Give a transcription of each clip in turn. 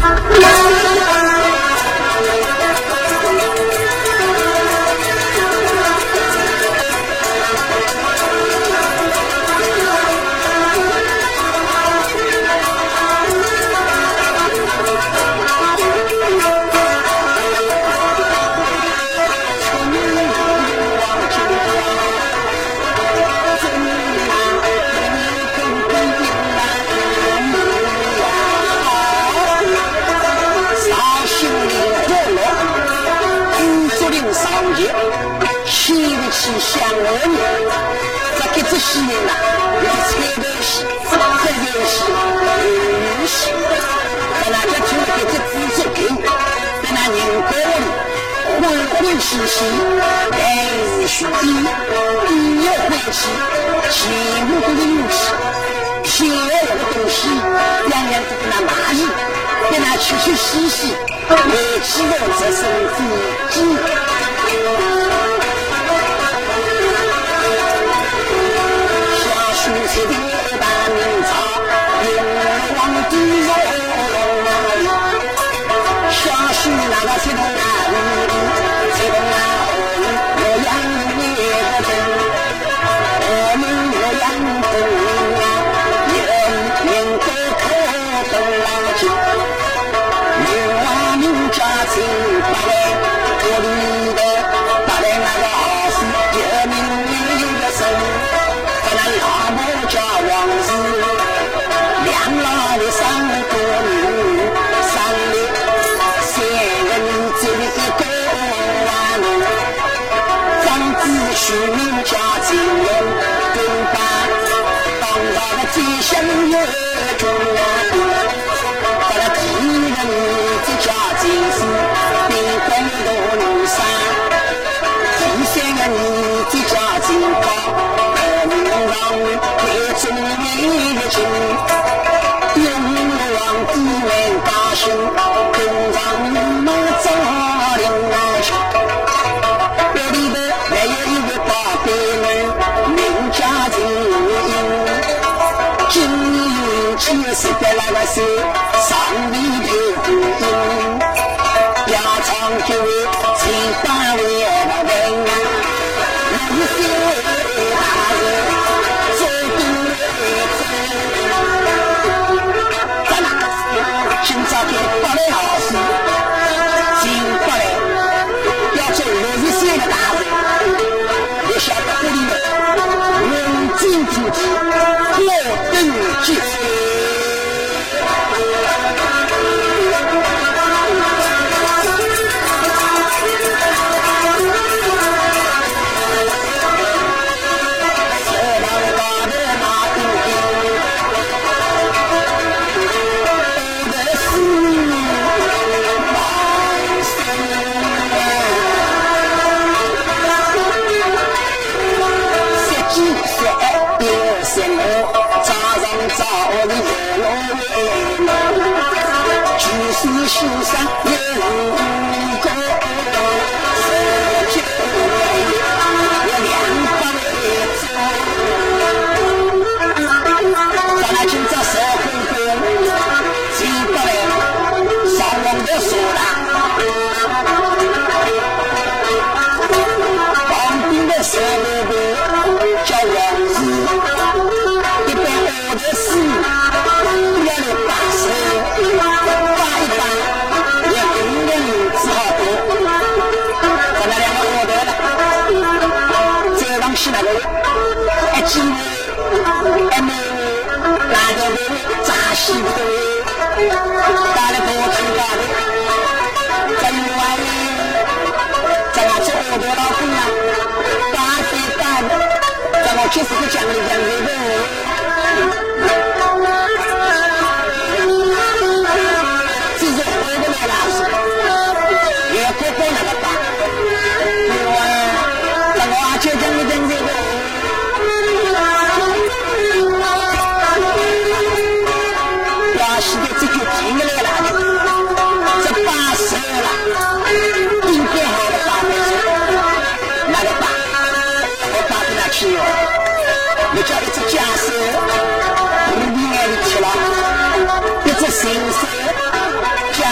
心思，叫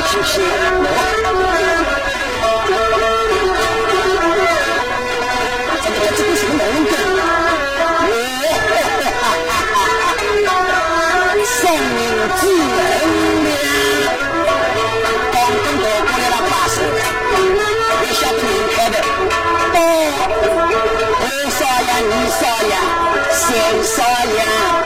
谢谢。这个是个龙哥，生命之能量，刚刚过来了80，也想推开的，我少呀，你少呀，谁少呀？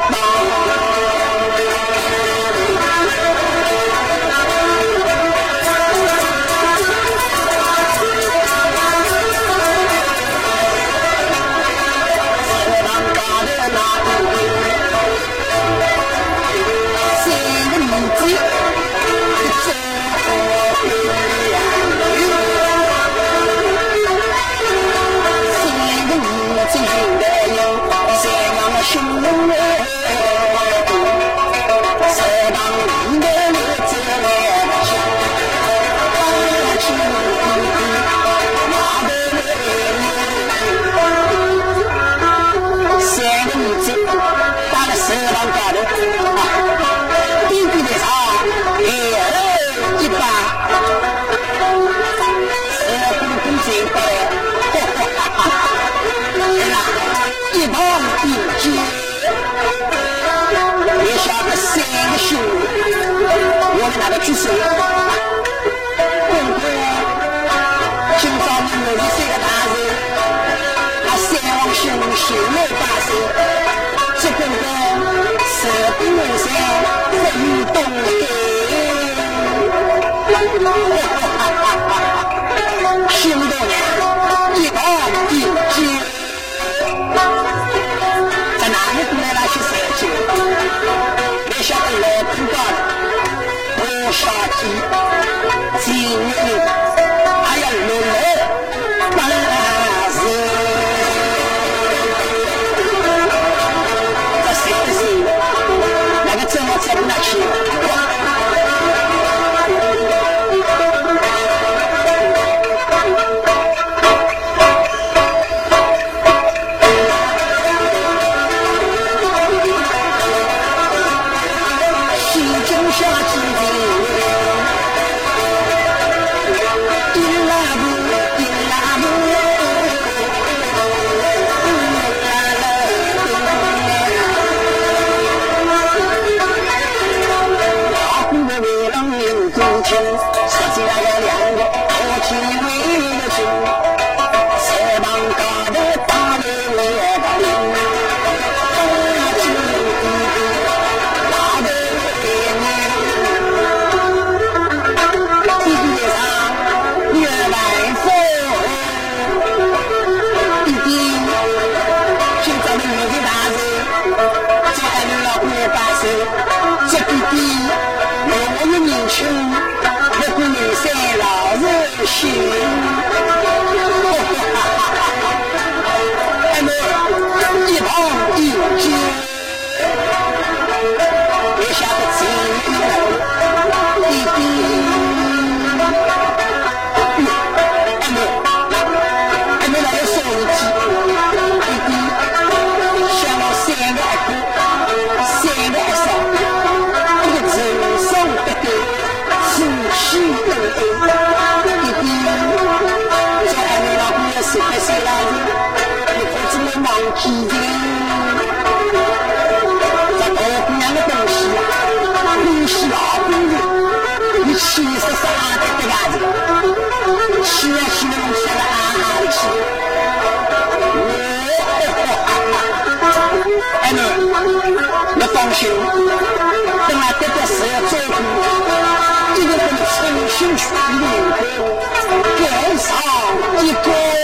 去谁？公公，今朝你53个大人，他三王兄修来大寿，这公公十不能山，不懂心动一旁一接，在哪里过来那些事情？没晓得来不到了。杀鸡、鸡肉，还要卤肉，但是这谁不行？那个怎么吃不下去？这弟弟，我们年轻，不过年三老人心。哎妹，一旁一接，别下个气弟弟。哎妹，那要说一句，弟弟，想我3个阿哥，3个阿嫂。谁来谁来的？你可怎么忘记的？这高姑娘的东西啊，你是老公的，你气死啥的这样子？气啊气的东西啊啊的气！哎妹，你放心，等俺得到事要照顾，一定给你重新处理，给上一个。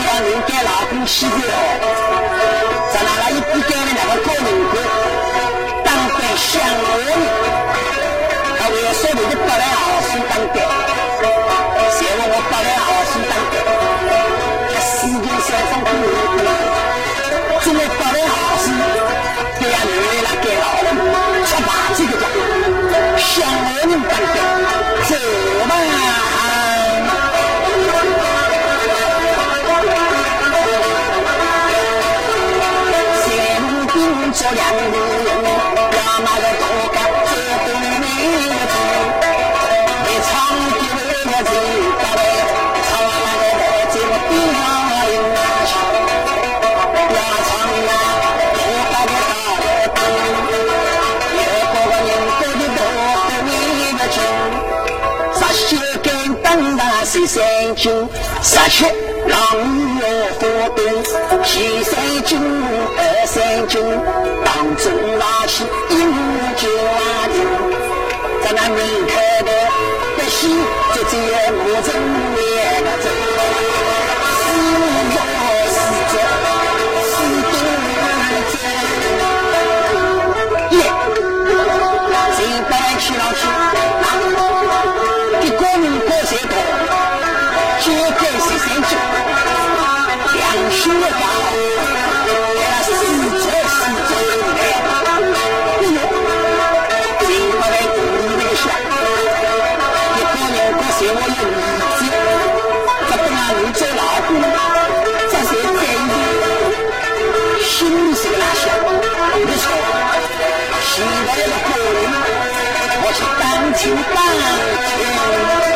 洗掉，咱拿了一笔干的那个高人工， 想我呢，他为说你的不来好事当的，写我不来好事当的，他世界上上不了，真的不来好事，给俺女儿来给老人吃把这个家，想我呢当的，走吧。做两个人，要那个多干做多美的，你唱的为了这个嘞，唱那个来这个地方人啊唱，要唱呀，我把个大的灯，有个人过的多美的情，啥些跟灯那是三斤，啥些让我活动，西三斤二三斤。当中拉起一路就拉近，在那门口的不西，这只有我正面的走，四左四左，四东走，耶，这边去了去，一个人过谁多，就给谁先走，良心的家伙。我有理解，这不拿你做老公，这是真的，心里是个哪想？没错，现在的个人，我是当亲当亲。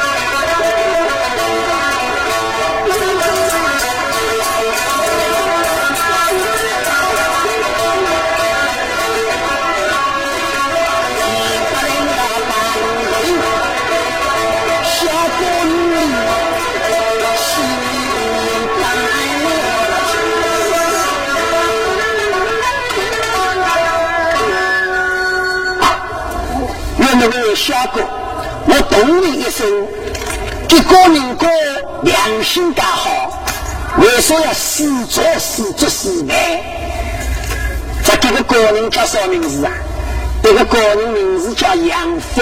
那位小哥，我懂你一声，一个人过良心刚好，为什么要死做死做死呢？这个个人叫什么名字啊？这个个人名字叫杨福。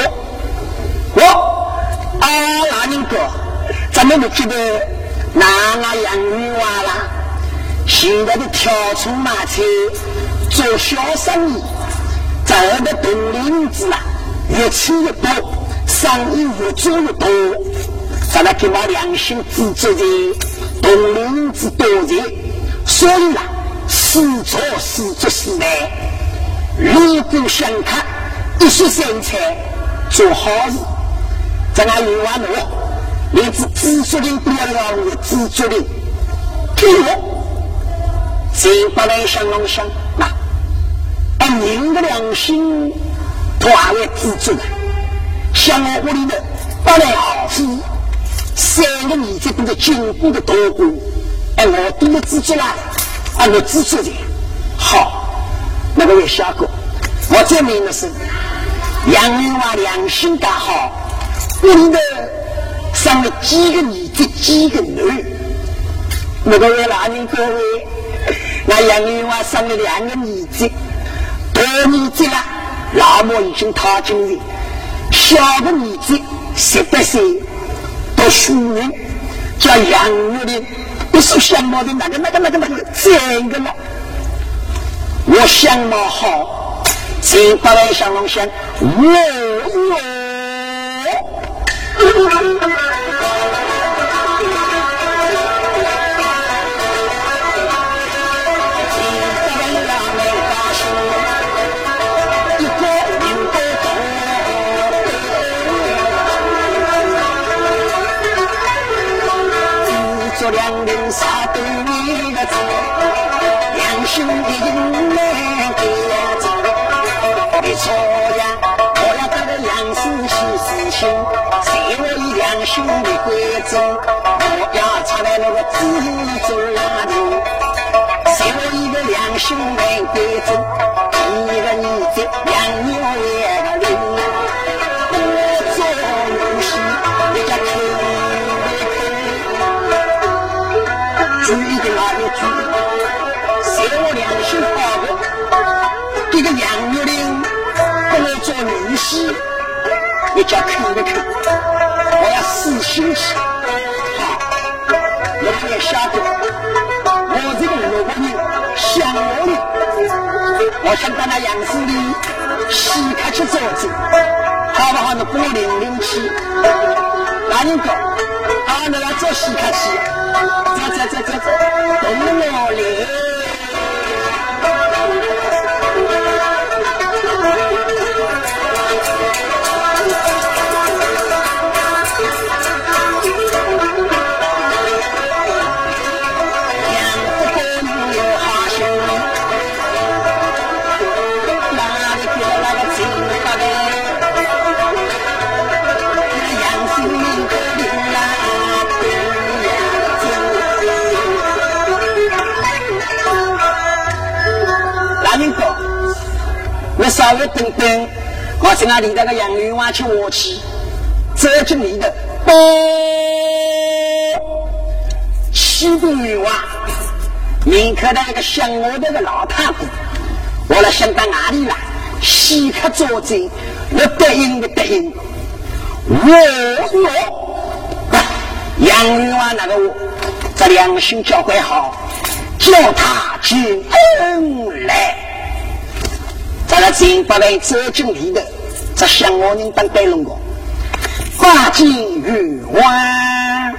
那人哥，咱们不觉得那杨女娃啦？现在的跳出马车做小生意，在我的动力子啦。越吃越多，生意越做越多，咱们给我良心自责的，动力之多的，所以啦，死做死做死的，如果想看一时生财做好事，咱们有完了，连自作的不要了，自作的，听我，这不来想弄想，那人的良心。我还会自作的，像我屋里的8来好事，3个儿子都是进步的多过，我都是自作啦，我自作的。好，那个位小哥，我证明的是，杨玉娃良心刚好，屋里的生了几个儿子，几个女，那个位哪里各位，那杨玉娃生了2个儿子，多儿子啦。老母已经踏进了，小的儿子18岁，读书人叫杨玉林，不是相貌的那个这个了。我相貌好，这把来相貌想，做2人杀对你的字，良心的人来给字，没错呀，我要这个良心是死心，谁我以良心的规则，我要查来那个自作拉人，谁我一个良心的规则，一个儿子2年1个人，我做游戏人家注意的那一句，谁我良心好的，这个杨玉林跟我西，你叫看不看？我要死心去。好，你们也晓得，我这个萝卜人想我的，我想到那杨树里洗开去做子，好不好？你帮我领去。哪人讲？啊，你来做洗开去，走，等我来。我稍微等等，我从那里那个杨玉娃去我去，这就你的西部女娃，宁可的那个想我的个老太婆，我来想到哪里来？西客作证，我答应的答应，杨玉娃那个我，这良心教会好，叫他进宫来。这个金八位这经理的，这向我人当带龙过，花金玉湾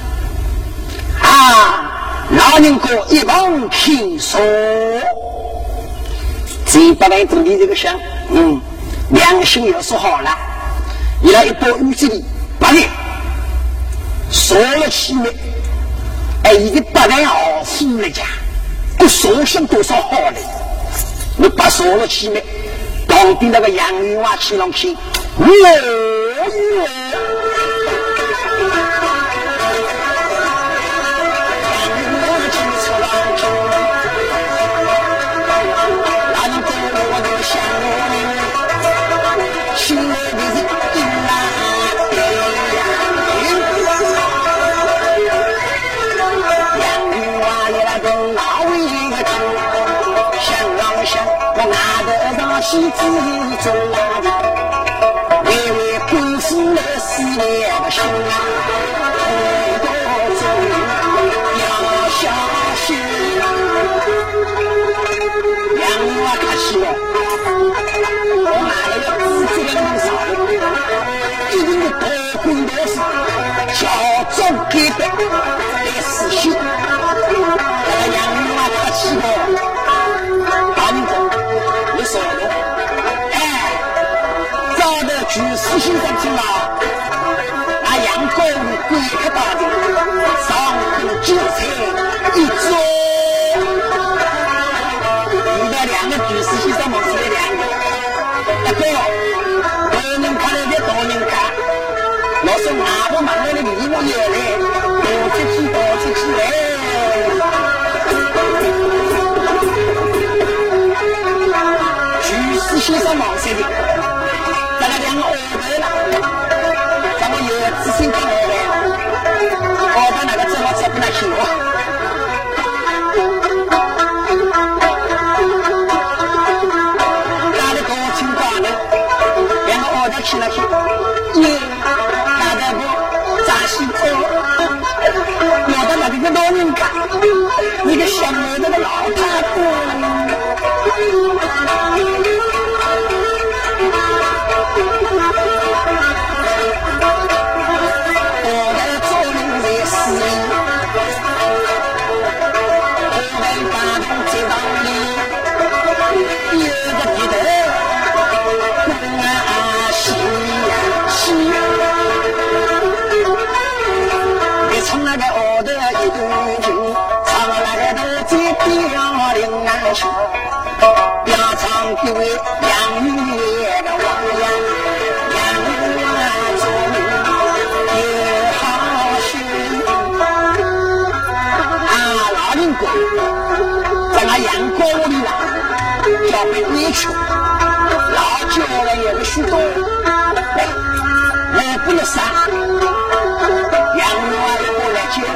啊，老人家一帮听说，金八位经理这个想，良心要说好了，伊拉一包屋子里8人，说了起来，一个8人好富来家，我说想多少好嘞。我把所有起来，当地那个杨玉娃去上去，西子中为为官府来思念的心啊，多中要小心。杨玉娃可惜了，我买了个自己的路上，一定的多管多事，叫中给的来死心。那个杨玉娃可惜了，当中你说的。去私信上去了，那杨高武归克大的上头韭菜一桌，你的2个举私信上面是2个，大人看了大人看，老是哪个忙来的离我也来，多出去来。举私信上面是的。2个2倍了，咱们有自信的2倍了，我把那个怎么做不能行哦。哪里给我听话呢？2个2倍去了去，大概不扎西走，我的那个老人看，你个想我的老太婆。表唱各位杨玉的王呀，杨玉做也好心啊，老人家在那阳光里啦，要被委屈，老久了也有许多，我不能杀，杨玉我来救，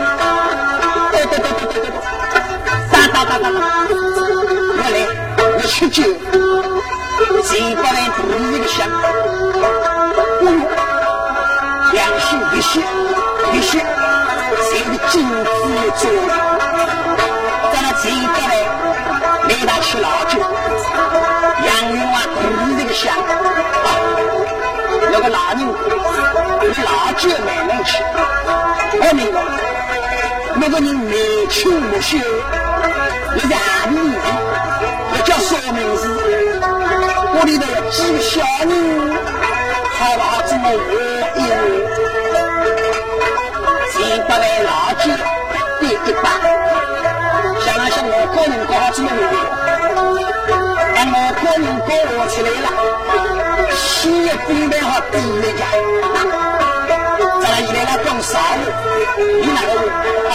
打，我来。去救，谁把人独立的想， 做，在那前一来，来到吃老酒，杨云啊，鼓励这个香啊，那个老人，你老酒没能吃，我明白，那个人没吃不休，你在哪里？我叫说明字，我里头有几个小人，好不好？这么我一前8位老酒第一把，想了想我个人搞这么我，俺我个人搞我起来了，西也准备好第一家，再来一来了更少了，你哪个啊？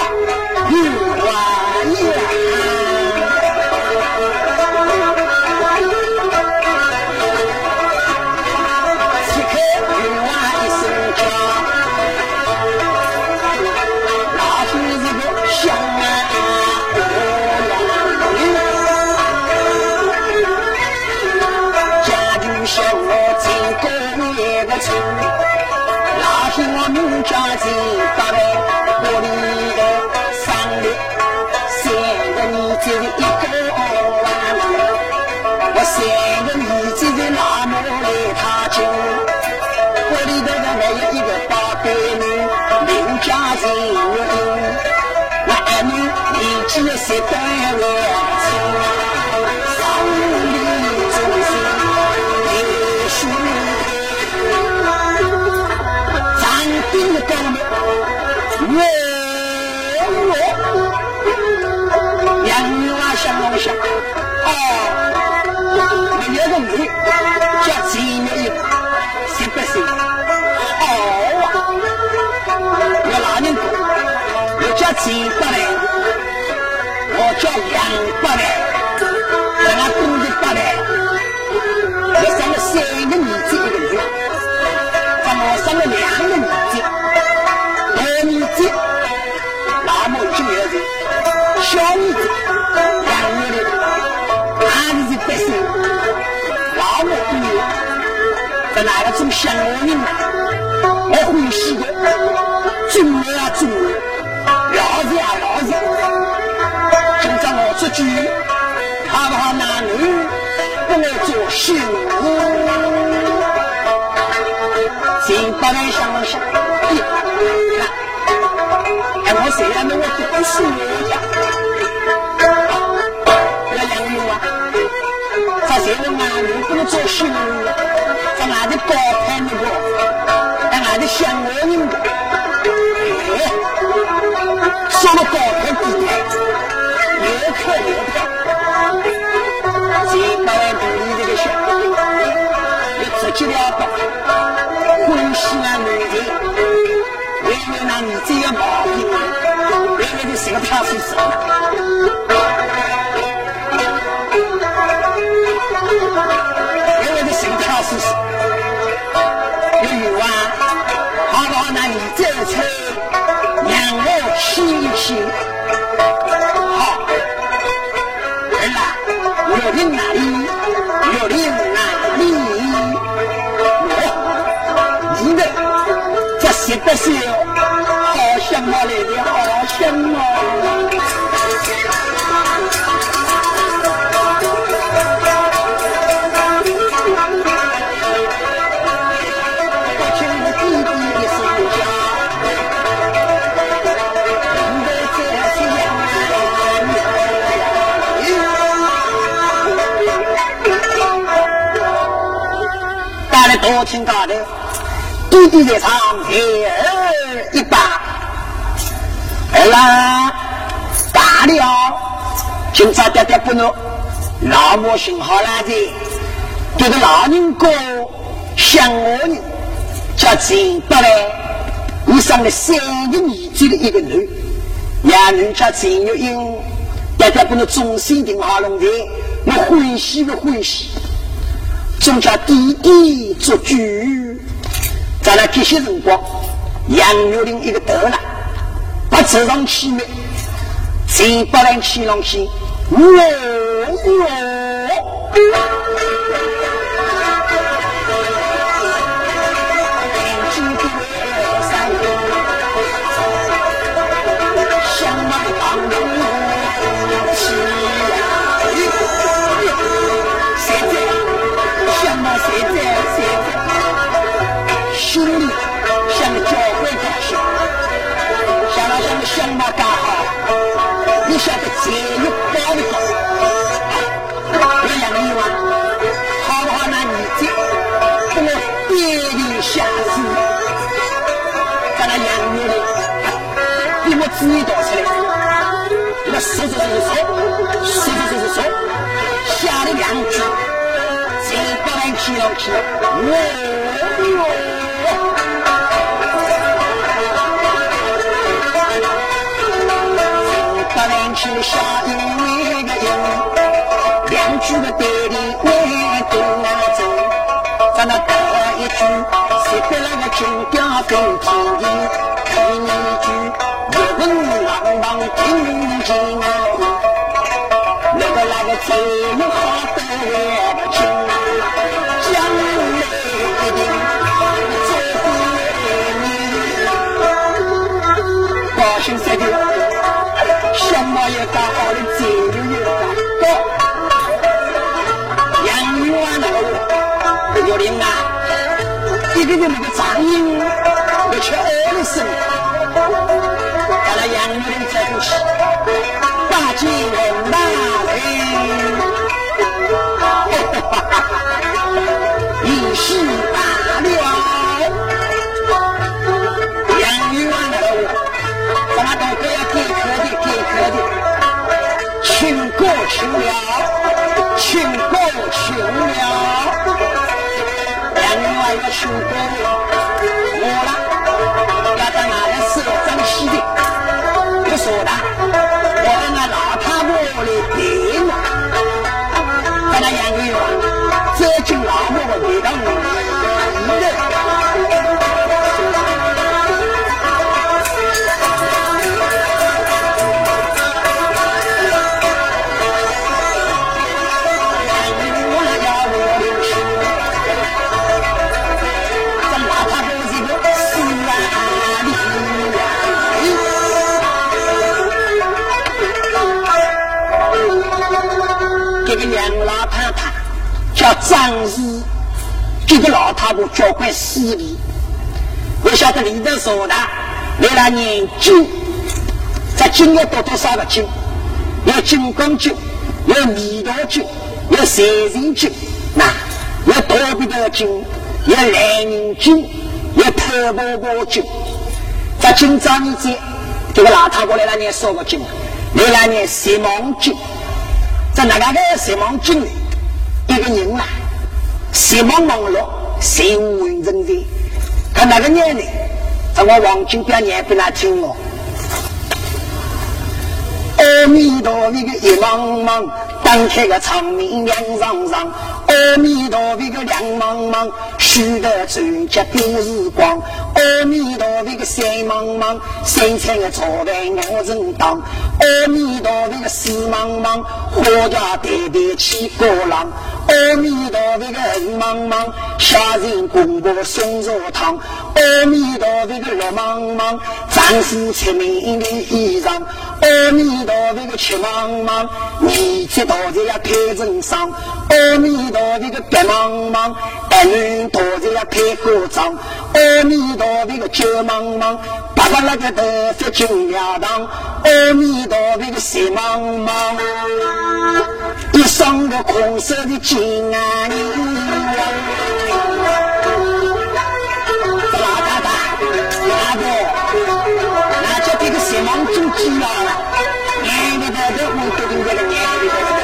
老天我们家境8位，我里的3列，3个儿子的一个我3个儿子的老母来他亲，我里头还有一个宝贝女，名家境有英，我儿女年纪10多了，上里中心读书。丁的高明，杨女娃想了想，我有个女叫金月英，18岁，好啊，我老人家，我叫金8来，我叫杨8来，咱俩公的8来，我生了3个儿子1个女，咱我生了2个儿子。老母亲儿子，小儿子养育的，孩子是8岁，老母不有，在哪个种香我人啊？我欢喜的，种啊种，老子啊老子，今朝我出去，好不好？男女不我做媳妇，请8来想了想，我虽然没我读书呀，要杨勇啊，他现在男女不能做媳妇，在哪里高攀那个，在哪里想我人的，说了高攀地带，有可有可，前8位独立这个小，要直接了吧，欢喜啊女人。因为那你这个毛病，因为你是个怕死神，因为你是个怕死神。有啊，好不好？那你这次让我亲一亲。好，儿啊，有的哪里，有的哪里，你的这18岁哦。好香啊，来的好香啊！我听我弟弟的声响，我这是大家都听到的，弟弟在唱2、1把。儿啦，大了，今朝爹爹不能，老母亲好啦的，这个老人家像我呢，叫金8来，你生了3个儿子的1个女，伢女叫金月英，爹爹不能忠心定好龙的，我欢喜的欢喜，总叫弟弟做主，在那这些辰光，杨月玲一个得了。把这上去呢，前8来起上去，想嘛子，在那杨柳的，给我指一道出来，我说，下了两句，这个人起了起，这个人起下一个人，两句的对立为对难走，在那第一句，谁给了个金雕分天地，第二句，一文朗朗听见啊。那个最好的情，将来一定做你高兴死的，什么也搞好的，节日也搞高。杨玉安那个有灵啊，一个那个长音，我却二声，把那杨玉安在不起。大金人大人，一时大了。杨玉安的，咱们都不要给客的，请过请了。杨玉安要请过我了，要在哪里设张西的，我说的。我那老太婆的店，在那杨玉环，这进老婆的味道这个杨老太太叫张氏，这个老太婆叫块势力。我晓得里头说的，为了念经，在经要多少个经？有金刚经，有弥陀经，有三人经，有多别的经，有来人经，有太婆婆经。在今朝你这这个老太婆来了念说个经，来了念十梦经。在哪个十梦经里，一个人啊，十梦忙碌，谁无人真的？看哪个年龄，在我王经表念给他听哦。阿弥陀佛，个一茫茫，当开个长明亮堂堂。阿弥陀佛，个亮茫茫，须得转接的日光。阿弥陀佛，个山茫茫，山川个朝代我人当。阿弥陀佛，个四茫茫，花家代代起高浪。阿弥陀佛，个人茫茫，下人公婆送热汤。阿弥陀佛，个路茫茫，丈夫出名的衣裳。阿弥陀佛，个七茫茫，你知道这要开正上。阿弥陀佛，个白茫茫，儿女多这要开歌唱。阿弥陀佛，个九茫茫，爸爸那个头发金牙当。阿弥陀佛，个十茫茫，一双个红色的金啊！老太太，老婆，那就这个十茫经济啊，年里头都我决定这个年里头。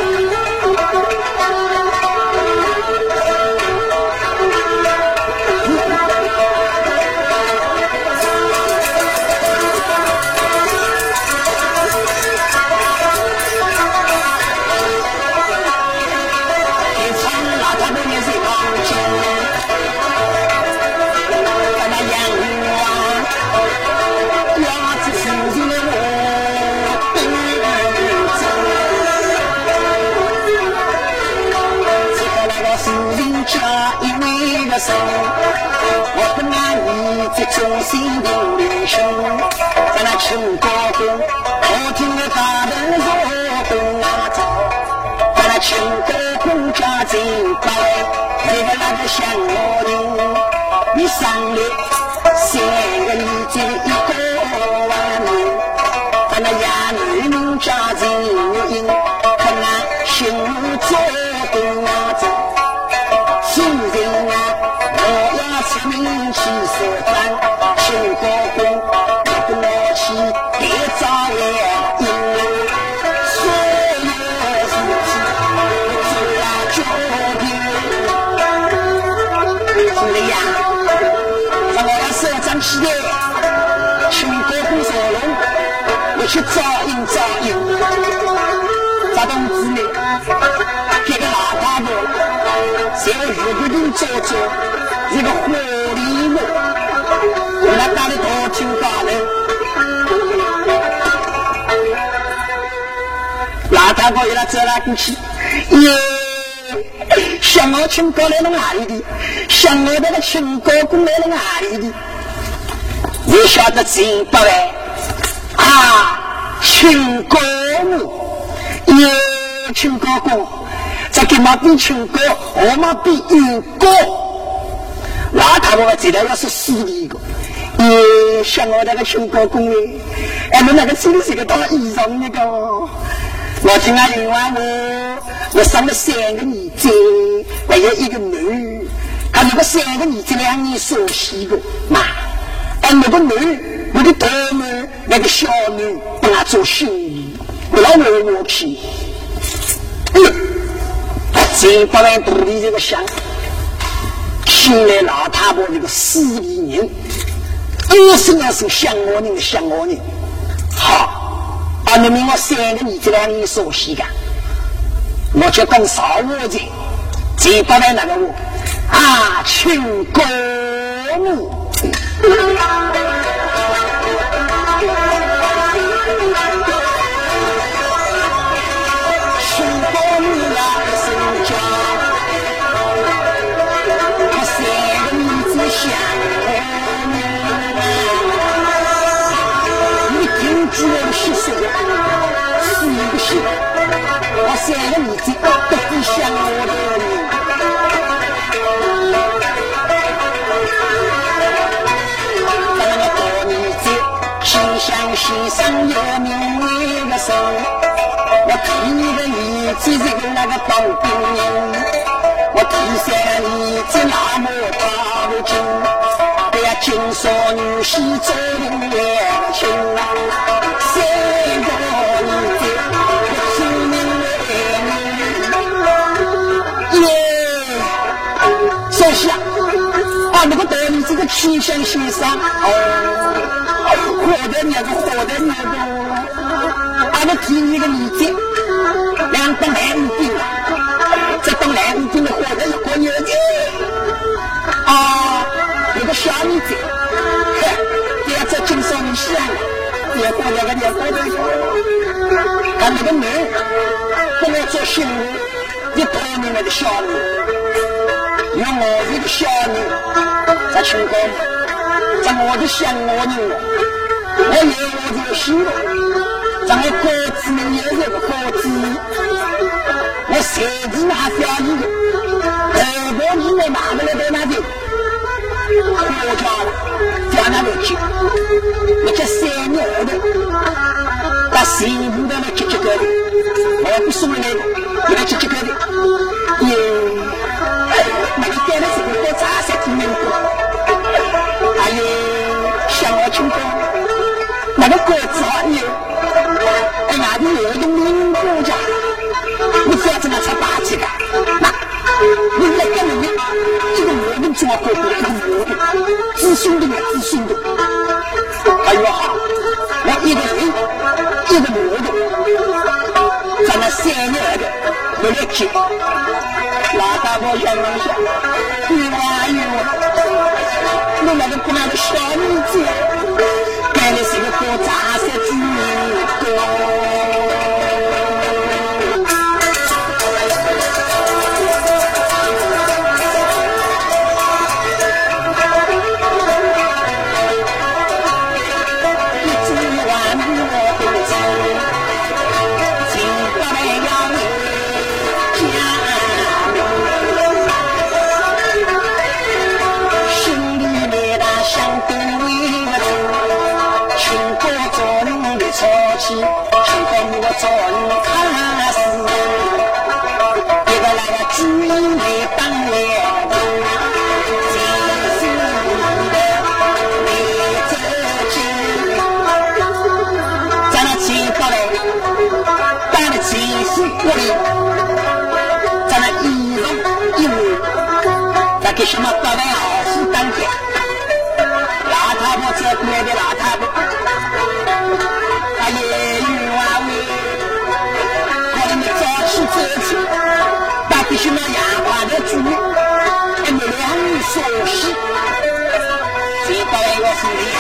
我不爱你这忠心的女生，在那秋高峰，我听了大人说红啊走，在那秋高峰家境高，那个那个香老人，你上来三个你这一个万能，在那衙门家境有看那心做红啊走。新人啊，我要出名起手掌，新高工，我跟我去给早也所有事情都要决定。兄弟呀，让我要手掌起来，新高工上龙，我去照应照应。这东子呢，这个老大伯，在日本人做做。这个火力路，我来打的多听话了。老大哥，他走来过去，耶，向我请过来了哪里的？向我那个请哥公来了哪里的？你晓得真不嘞？啊，请哥母，耶，请哥公，这个嘛比请哥，我嘛比英哥。老大伯这条要是死的一个，也像我那个兄哥公哎，我那个真是个大衣裳那个。我听他云话我生了3个儿子，还有1个女，看那个3个儿子2年所喜的嘛，那个女，那个大女，那个小女，帮他做生意，我老我去，这不然肚里这个想。现在老太婆这个4亿人，20年是想我人的想我人。好，你明我3个儿子2年所喜的，我就跟少我这，这不来那个我啊，请公母。只有10岁，4个岁，我3个儿子都不像我的人。咱们大儿子心想先生有名为个神，我第2个儿子这个那个当兵人，我第3个儿子那么大不精，对呀，金少女婿做人年轻。说是啊，那个道理这个气象先生活的那个，那第1个儿子2当来5兵了，这当来5兵的活的过年的那个小儿子，对呀，这金少女婿啊，也过那个，看那个女跟我做新妇，你讨厌那个小女。因为我这个小女在情况在我的想我人我有我这个心在我歌子里有这个歌子我谁知还表一个我以为拿不来在那里我家了在那里去我这3年的把幸福的来结个的我不送来你来结个的那个干的是个多杂色的民国，还有像我听过那个歌子还有，那里有一个民国家，你不要这么才8几个，那你来干你这个我们中国国一个我的，自信的，还有好，我一个人一个我的，咱们3年的我来接。老大伯想一想，你那个不那个小女子，该的是个多杂色之情跟我做人看事，一个那个主意来当了，真是的。 所喜，这到一个是你，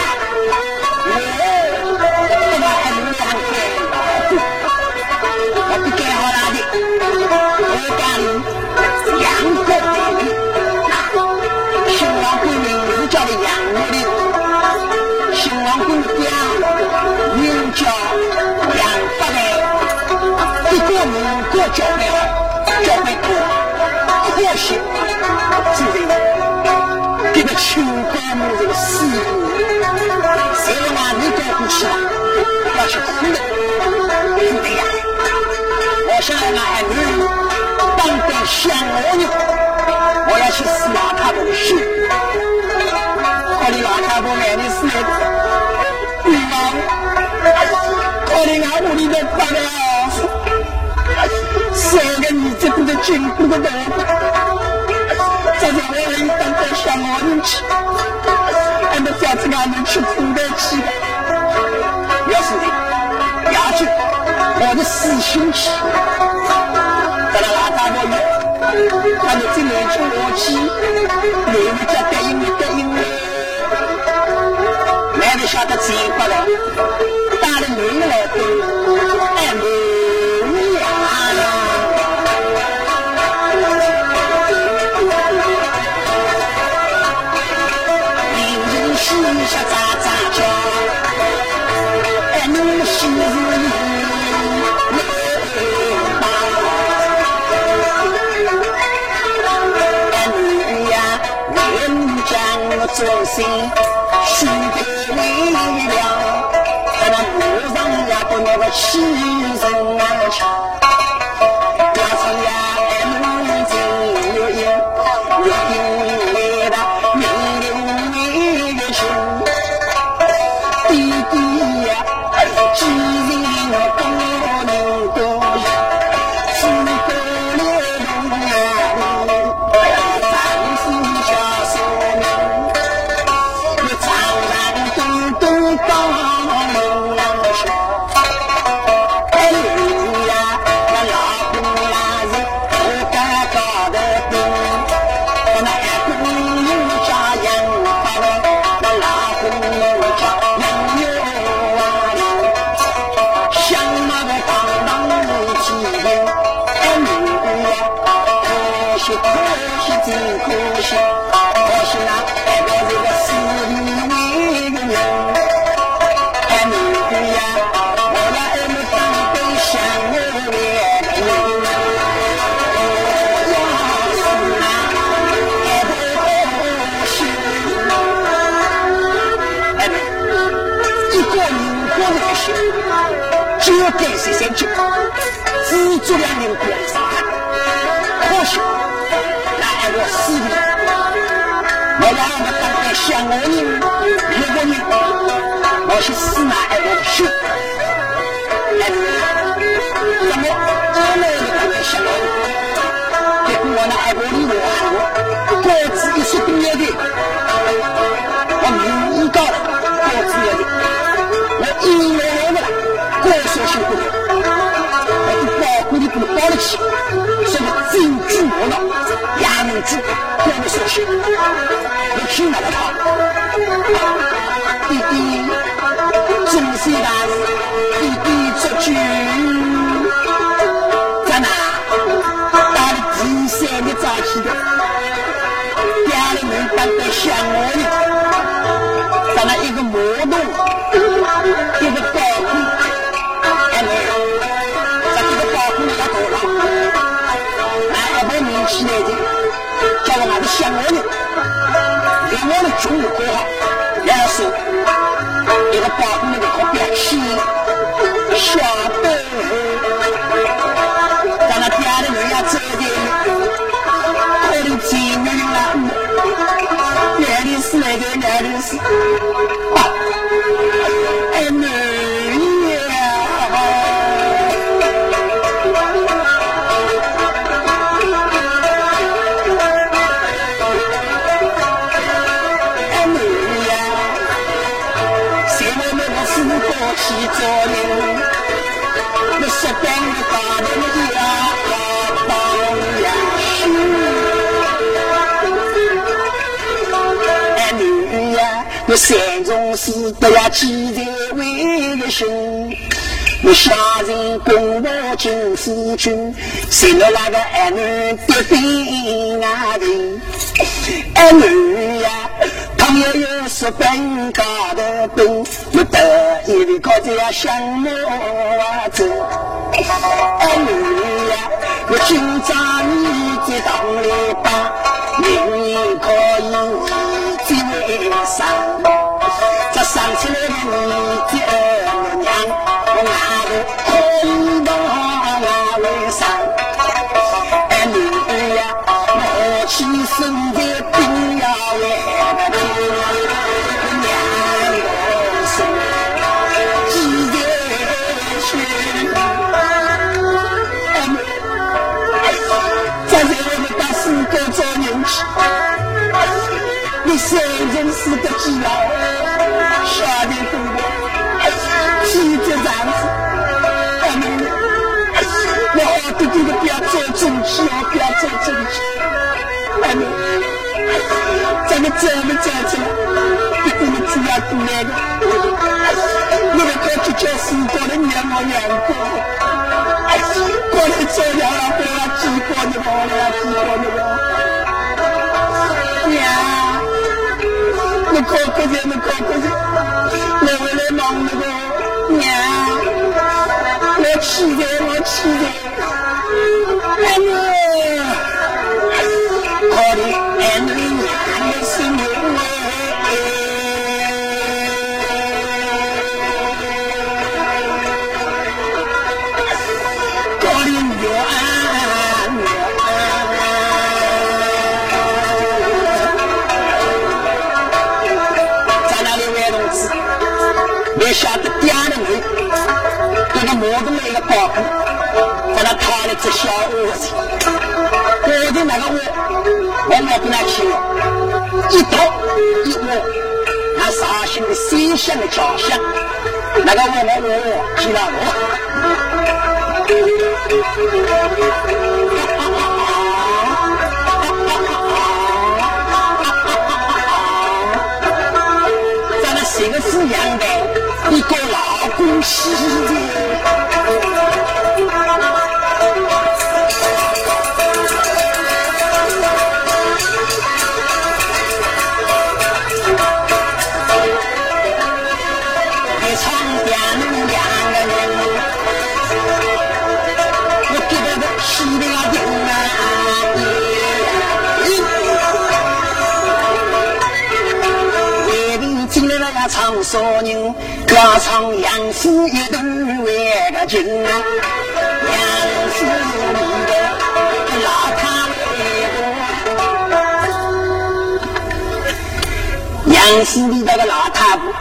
我还没想开，我不干好哪的，我干你杨国的你，新郎官名字叫的杨国的，新郎官家名叫杨八代，一个名国教会好，教会多，可惜。是这个，这个秋高木这个师傅，谁让俺没照顾起来，要去苦的，苦的呀！我想让俺女人当得像我呢，我要去死老太婆的手，可怜老太婆眼里是那个，你妈，可怜俺屋里的大娘，三个儿子都在经过的头。这是我人当到向我人去，俺们下次俺们去苦的去的。要是的，要去我的师兄去，在那拉大我有，他们这年轻我去，你们家答应了，来不晓得几块了，打了你来的，哎你呀！西下喳喳叫，哎，你是你吧？哎，你呀，人将忠心输给你了，在那路上呀，不那个欺人啊去，要是呀，哎，你真有赢，有赢来的命令。弟弟呀，既然多能多，只可怜龙呀，长心下手命，我常常东当龙去，哎呀，那老公那是不敢搞的病，那公有家养大了，那老公有家。可惜真可惜，可惜那爱到这个死里为个人，哎女的呀，我那爱你当对想我来的人，要是那爱不惜，哎一个人过来些，就该谁先救，只做两人观察，可惜。我死的，我让我当个像我人，如果你我是死哪爱我去，哎，怎么我来的当个像我人？结果我那爱我里我果子一说毕业的，我名义高了，果子也的，我一来的了，果说辛苦的，我就保护你不能保得起，所以真主我了。衙门主我们所学，我听到了他，弟弟终身大事，弟弟做主，在哪到了第三个早起的，家里人当得像我的，在那一个魔洞，一个高空，哎没有，在这个高空里要走了。我名气来的，叫我俺的像我的，给我的中午过好，然后说一个保护那个可表气，小豆在那家的人要走的，可能几个人啊，哪里是来的哪里是，哎妹呀！去做人，那十单的大人呀，当呀是， 我山中事都要记在为个心。我下人公我金夫君，谁了那个儿女的病啊病，儿女呀，他们有说本高的病，我得一位高子要向我走，儿女呀，我今朝你在当里吧，明年可以最为上，这上起来的你的娘。我空到那为啥？哎，你呀，我起身的病呀，为娘我生几点去？再在我们把四个做人去，你虽然是个基佬，下面懂我。气这样子，我好弟弟的不要做正气哦，不要做正气。咱们这么站起来，弟弟们只要过来的，你的过去就是过的年我年过，过来做了了，过来几过的过来几过的过。娘，你可可见，你可可见，我回来忙那个。娘，我气的，我气的，哎呀，可怜儿女娘的心灵可怜在那里位同志，没晓得第二个人。这个摩登的一个包裹，在那掏了只小窝子，我的那个窝，我没跟他去了，一掏一窝，那伤心的心香的脚香，那个我知道我。在那谁个饲养的一个老公司的。唱少人歌唱杨氏一段为个情啊，杨氏里的老太婆，杨氏里的老太婆，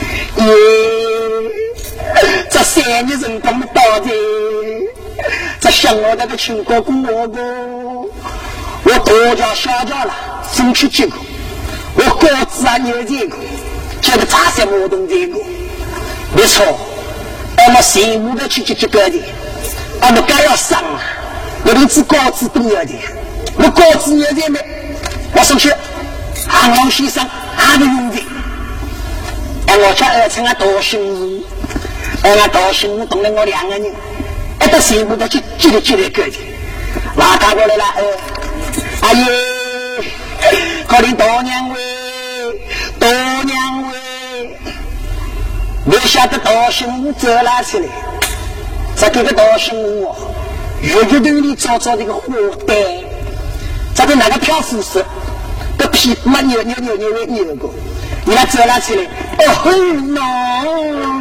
这3年人怎么到的？这像我那个亲哥哥我哥，我大家小家了，争取结果，我高子啊有结果。这个杂些活动这个没错，我们谁不得去这个的，我们该要上啊，我们只高子都要的，我高子有点没，我上去韩王先生还没用的，我家儿子啊多心意，我多心意懂了我2个人，一到谁不得去这个个的，拉他过来了，阿姨，可怜多娘喂。多娘喂，没晓得大新屋走了起来，这个大新屋月月头里找这个火袋，这个那个漂浮色，个屁股嘛扭过，你来走了起来，哦吼喏！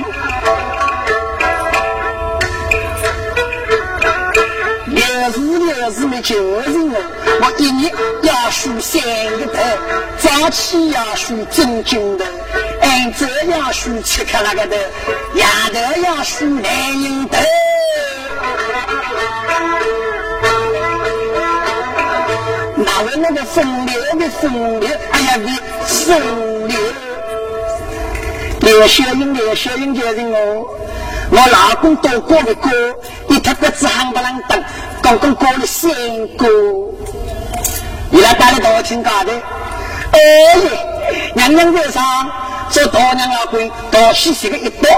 六日没就是我一年要梳3个头，早起要梳正经的，按这要梳7克那个头，丫头要梳男人头。哪位那个风流的风流，哎呀的风流，刘小英就是我老公都过的过，一他个子夯不啷当，刚刚过了3个，你来带了多听搞的，哎，娘娘在上， 这大娘老公到西西个一刀，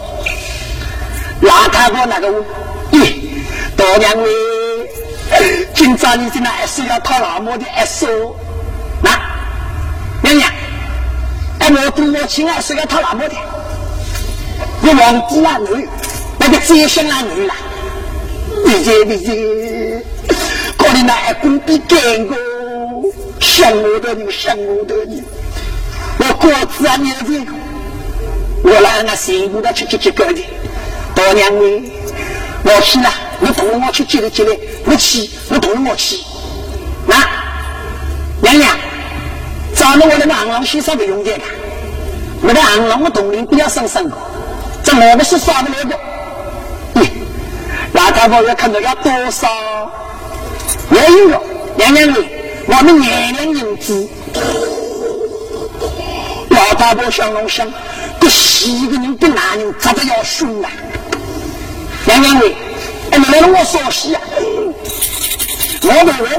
拉他过那个屋，咦，大娘喂，今朝你在那还是要讨老母的还说，那娘娘，哎，我跟我亲爱是要讨老母的，我忘记了女，那个接生了女了，理解，可能那还公比干过，想我的你。我果子啊，你这个，我让那辛苦的去搞的，大娘喂，我去了，你同我去接来，我同我去，那娘娘，找了我那个昂郎先生的用的，我的昂郎我同龄不要生个，这我们是耍不来的，那他们要看到要多少，也有了，娘娘喂，我们年龄有资。老大伯想龙想，这西个人跟男人咋的要凶啊？娘娘喂，哎，你来了我说戏啊！我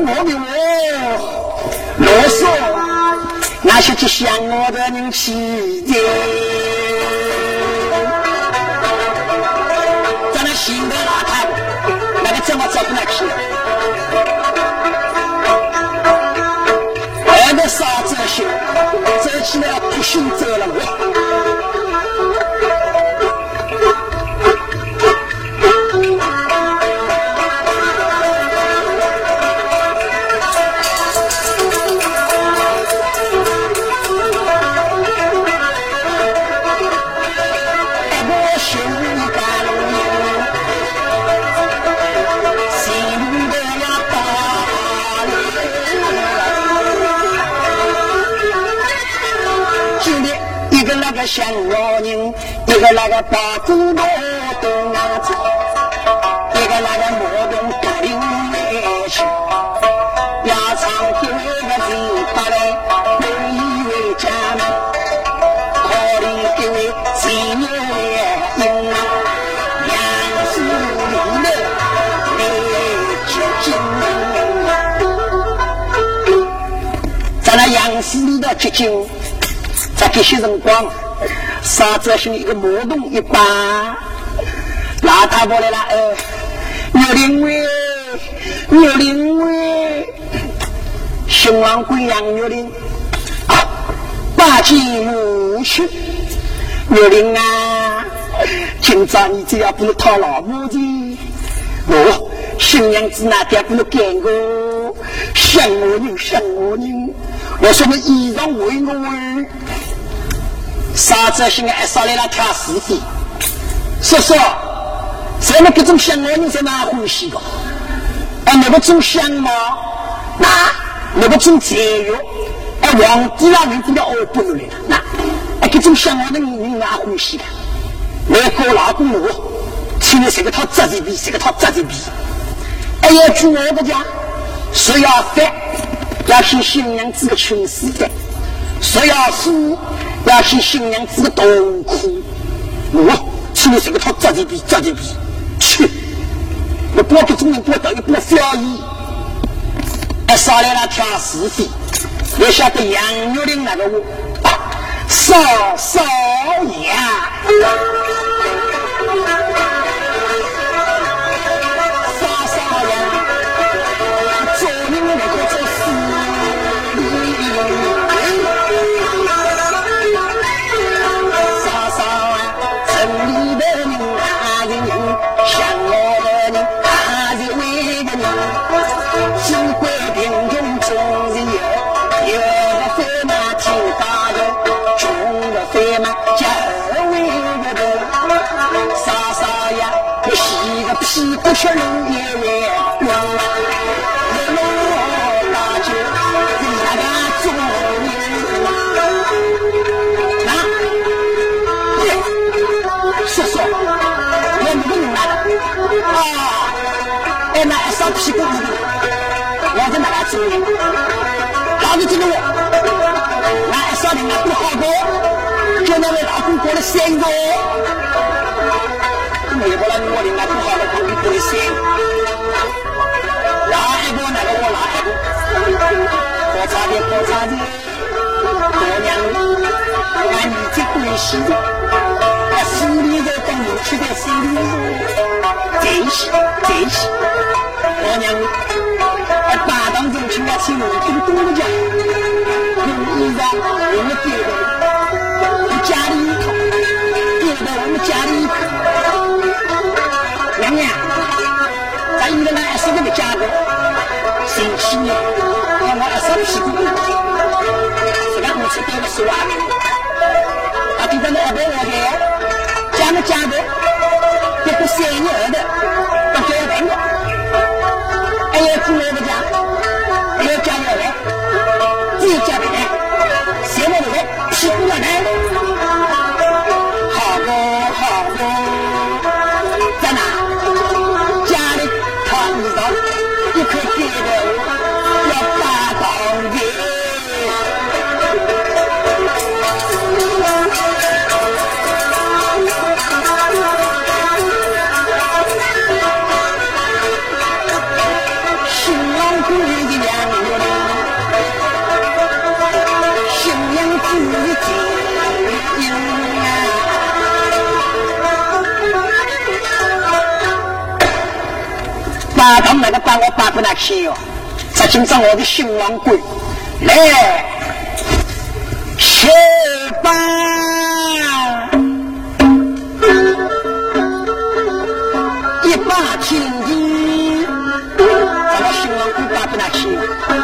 啰嗦，那些去想我的人气的，在那新的老太婆，那个怎么找不来去？那个啥子些？走起来不行走了我。像我人，一个那个把子罗东啊子，一个那个摩东格林来去，要唱给那个人把来，我以为家门，可怜各位前面因啊，杨树林的来接近，在那杨树林的接近，在这些辰光。啥子是一个魔动一般，拉他过来了，牛铃喂，新郎归杨牛铃啊，八戒无趣，牛铃啊，今朝你这样不是讨老母的，我新娘子那点不能干过，想我人，我说我衣裳为我。啥子现在还上来了挑是非，说，咱们各种香料你在哪欢喜的？那个种香茅，那个种节约，皇帝啊，你不要不努力了，各种香茅的你哪欢喜的？那个老公我，请你这个套扎的比，要住我的家，谁要饭，要是新娘子的穷死的，谁要书。要是新娘子的痛苦，我请你这个套扎的比，去！我包给中人包到一包小衣，上来了挑是非，也晓得杨玉玲那个我少爷。屁股吃人也为大酒那个中说我不能拿那还上屁股我在哪个中人老子听着我那还上你那不好过就那位老公过了3个美国人我领导不好的可以不会写，哪一个那个我哪一个，喝茶的，多娘，俺你这西的，西里的跟你去的西里的，这些，我娘，大当中去啊，去我跟东家，用衣裳我们丢的，家里一套，丢到我们家里一套，娘娘，咱一个人20个的价格，生气呢，让我20屁股，这个我是丢了10万的，啊，地方的200万的，加了价格，这个3年2的，到9万的，还有住我的家，还有加2万，自己家的呢，3万的屁股了呢，好不，在哪？家里烫衣裳，一颗给的要8当的。他们那个把我扒过来去哟，在今朝我的新郎官来吃饭，一把青衣，咱们新郎官扒过来去。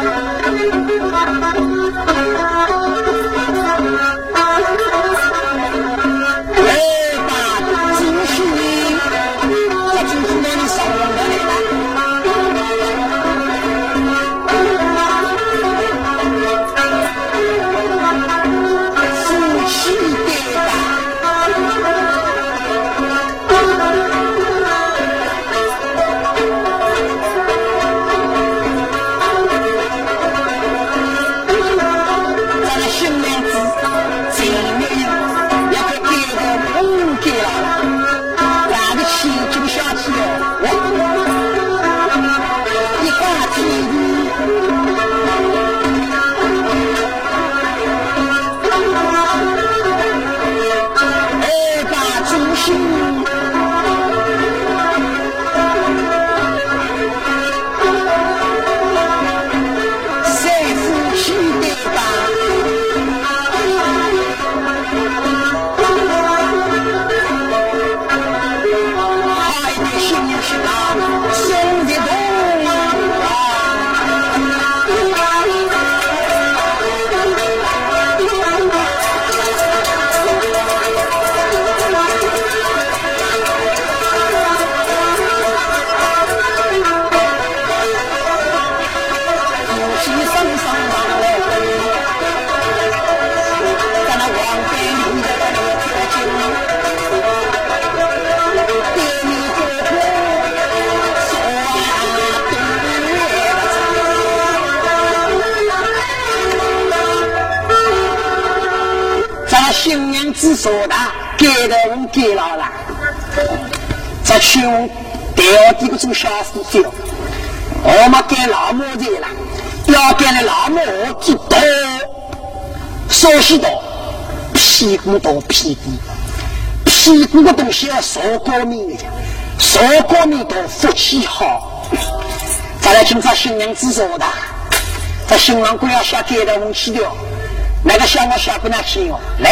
新娘子说的，给的人给了啦。这群第二几个做小事情，我们给老母子了，要给了老母知道，首先到屁股到屁股，屁股的东西要受过敏的，受过敏到福气好。再来听他新娘子说的，这新郎官要下给的人去掉。那个小我下不拿去哦，来，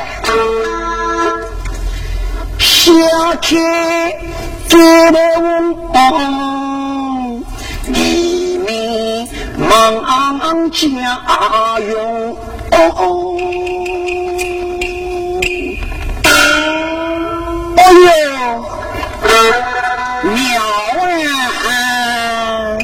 小天给了我黎明忙家用哦，哎呦，妙啊！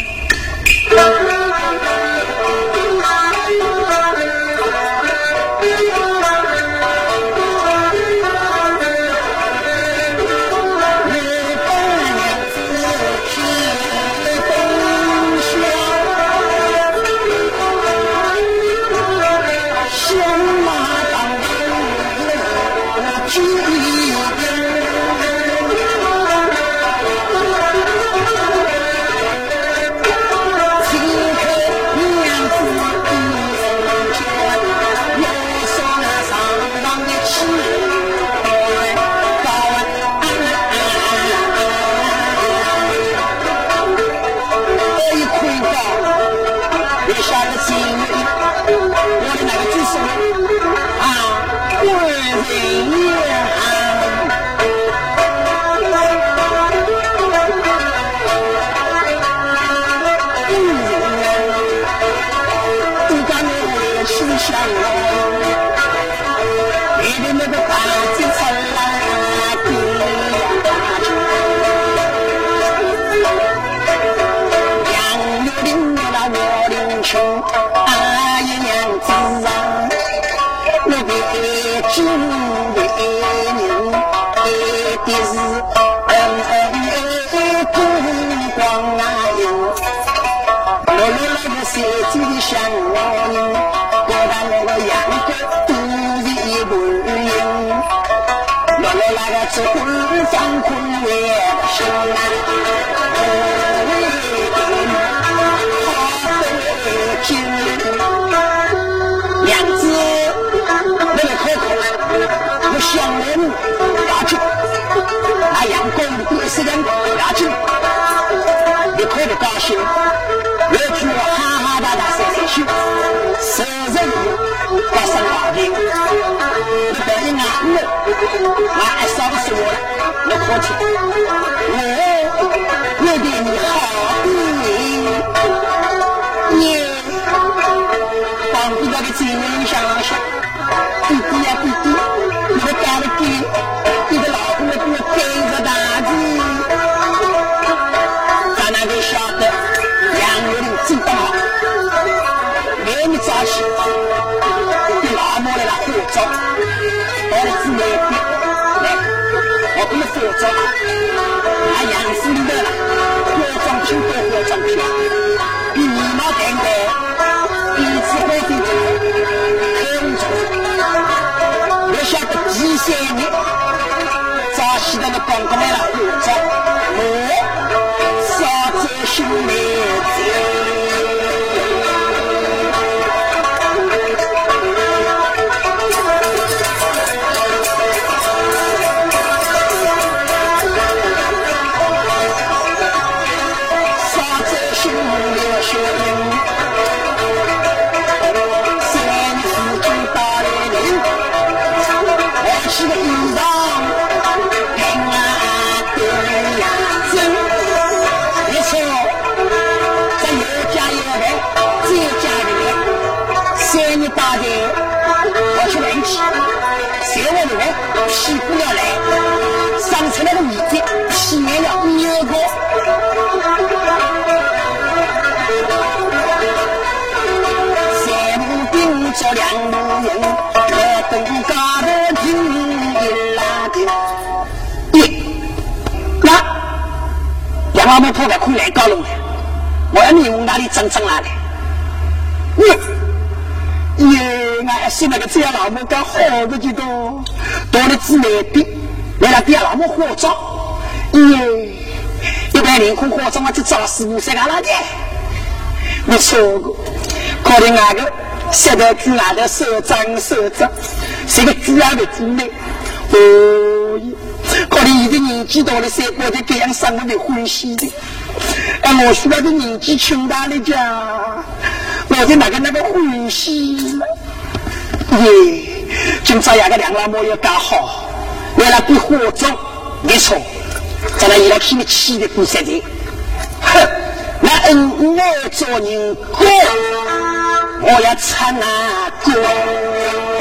我们破个空来搞弄的，我要你往哪里整来的？俺是那个这样老母干好的几多，多了姊妹比，为了别老母火葬，一般人空火葬啊，就找师傅谁干了的？没错过，可能那个现在猪俺的手掌，是个猪儿的猪呢，可能一个年纪大了才过得这样生活的欢喜的，我说那个年纪轻大的家，我就那个欢喜了。今朝那个两老母要干好，为了比火葬，没错，在那一来拼命气的不舍得，哼，那我做人过，我要参那过。